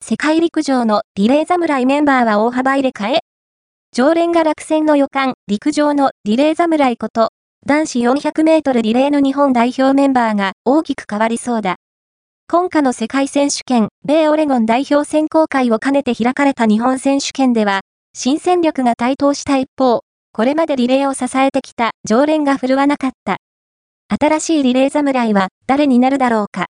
世界陸上のリレー侍メンバーは大幅入れ替え？常連が落選の予感、陸上のリレー侍こと、男子400メートルリレーの日本代表メンバーが大きく変わりそうだ。今夏の世界選手権、米オレゴン代表選考会を兼ねて開かれた日本選手権では、新戦力が台頭した一方、これまでリレーを支えてきた常連が振るわなかった。新しいリレー侍は誰になるだろうか。